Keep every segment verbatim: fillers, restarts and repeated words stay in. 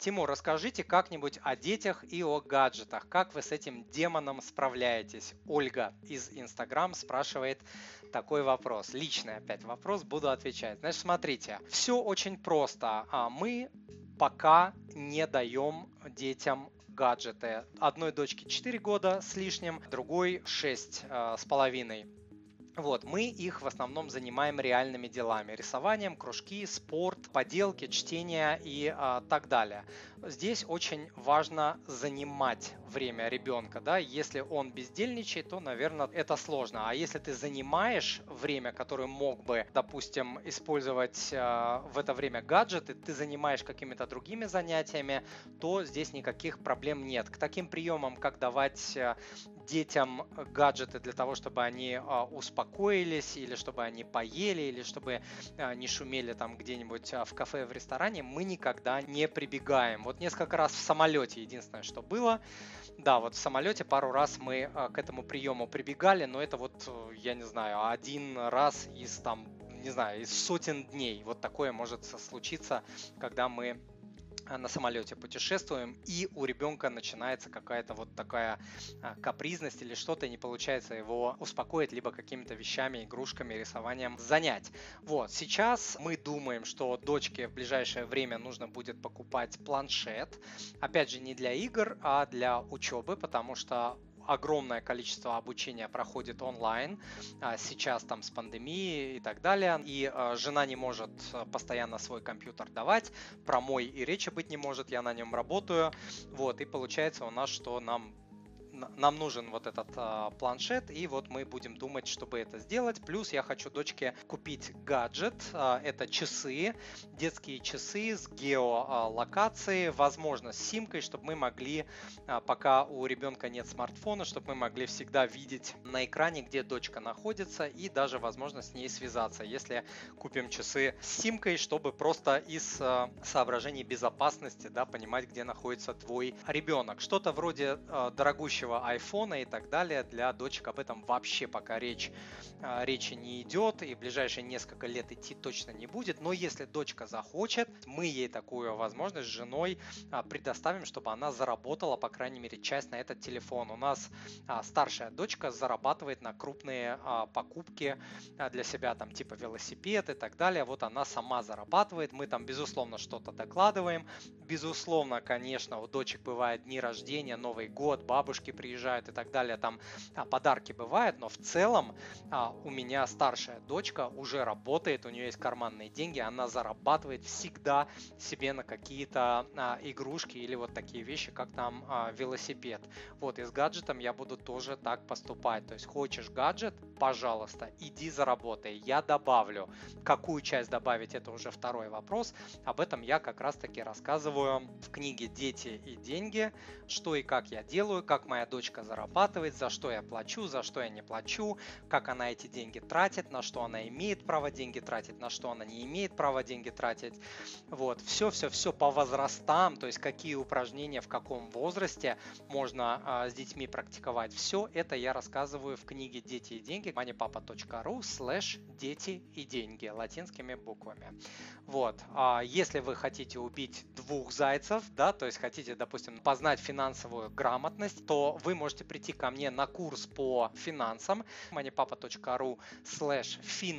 Тимур, расскажите как-нибудь о детях и о гаджетах. Как вы с этим демоном справляетесь? Ольга из Инстаграм спрашивает такой вопрос. Личный опять вопрос, буду отвечать. Значит, смотрите, все очень просто. А Мы пока не даем детям гаджеты. Одной дочке четыре года с лишним, другой шесть э, с половиной. Вот, мы их в основном занимаем реальными делами: рисованием, кружки, спорт, поделки, чтение и а, так далее. Здесь очень важно занимать время ребенка, да, если он бездельничает, то, наверное, это сложно. А если ты занимаешь время, которое мог бы, допустим, использовать а, в это время гаджеты, ты занимаешь какими-то другими занятиями, то здесь никаких проблем нет. К таким приемам, как давать детям гаджеты для того, чтобы они а, успокоились, или чтобы они поели, или чтобы а, не шумели там где-нибудь а, в кафе, в ресторане, мы никогда не прибегаем. Вот несколько раз в самолете единственное, что было. Да, вот в самолете пару раз мы а, к этому приему прибегали, но это вот, я не знаю, один раз из там, не знаю, из сотен дней. Вот такое может случиться, когда мы на самолете путешествуем, и у ребенка начинается какая-то вот такая а, капризность или что-то, и не получается его успокоить, либо какими-то вещами, игрушками, рисованием занять. Вот, сейчас мы думаем, что дочке в ближайшее время нужно будет покупать планшет, опять же, не для игр, а для учебы, потому что огромное количество обучения проходит онлайн, сейчас там с пандемией и так далее, и жена не может постоянно свой компьютер давать, про мой и речи быть не может, я на нем работаю, вот, и получается у нас, что нам нам нужен вот этот а, планшет, и вот мы будем думать, чтобы это сделать. Плюс я хочу дочке купить гаджет, а, это часы, детские часы с геолокацией, возможно, с симкой, чтобы мы могли, а, пока у ребенка нет смартфона, чтобы мы могли всегда видеть на экране, где дочка находится, и даже, возможно, с ней связаться, если купим часы с симкой, чтобы просто из а, соображений безопасности, да, понимать, где находится твой ребенок. Что-то вроде а, дорогущего айфона и так далее для дочек об этом вообще пока речь, речи не идет, и в ближайшие несколько лет идти точно не будет, но если дочка захочет, мы ей такую возможность с женой предоставим, чтобы она заработала, по крайней мере, часть на этот телефон. У нас старшая дочка зарабатывает на крупные покупки для себя, там типа велосипед и так далее, вот она сама зарабатывает, мы там безусловно что-то докладываем, безусловно, конечно, у дочек бывают дни рождения, Новый год, бабушки приезжают и так далее, там а, подарки бывают, но в целом а, у меня старшая дочка уже работает, у нее есть карманные деньги, она зарабатывает всегда себе на какие-то а, игрушки или вот такие вещи, как там а, велосипед. Вот, и с гаджетом я буду тоже так поступать, то есть хочешь гаджет, пожалуйста, иди заработай, я добавлю. Какую часть добавить, это уже второй вопрос, об этом я как раз таки рассказываю в книге «Дети и деньги», что и как я делаю, как моя дочка зарабатывает, за что я плачу, за что я не плачу, как она эти деньги тратит, на что она имеет право деньги тратить, на что она не имеет права деньги тратить. Вот, все-все-все по возрастам, то есть какие упражнения в каком возрасте можно а, с детьми практиковать. Все это я рассказываю в книге «Дети и деньги» moneypapa.ru слэш дети и деньги латинскими буквами. Вот, а если вы хотите убить двух зайцев, да, то есть хотите, допустим, познать финансовую грамотность, то вы можете прийти ко мне на курс по финансам moneypapa.ru слэш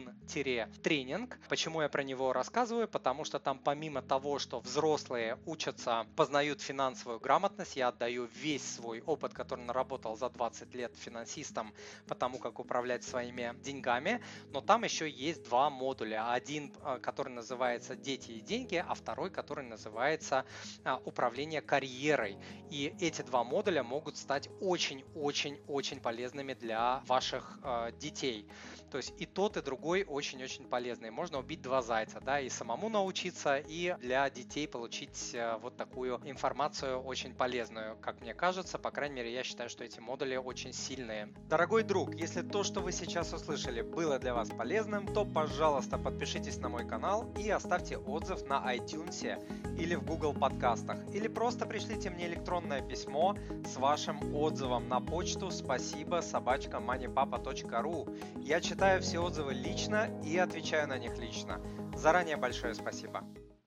fin-тренинг. Почему я про него рассказываю? Потому что там помимо того, что взрослые учатся, познают финансовую грамотность, я отдаю весь свой опыт, который наработал за двадцать лет финансистом, по тому, как управлять своими деньгами, но там еще есть два модуля. Один, который называется «Дети и деньги», а второй, который называется «Управление карьерой». И эти два модуля могут стать очень-очень-очень полезными для ваших э, детей. То есть и тот, и другой очень-очень полезный. Можно убить два зайца, да, и самому научиться, и для детей получить э, вот такую информацию очень полезную, как мне кажется. По крайней мере, я считаю, что эти модули очень сильные. Дорогой друг, если то, что вы сейчас услышали, было для вас полезным, то, пожалуйста, подпишитесь на мой канал и оставьте отзыв на iTunes или в Google подкастах, или просто пришлите мне электронное письмо с вашим отзывом на почту спасибо собачка moneypapa.ru. Я читаю все отзывы лично и отвечаю на них лично. Заранее большое спасибо.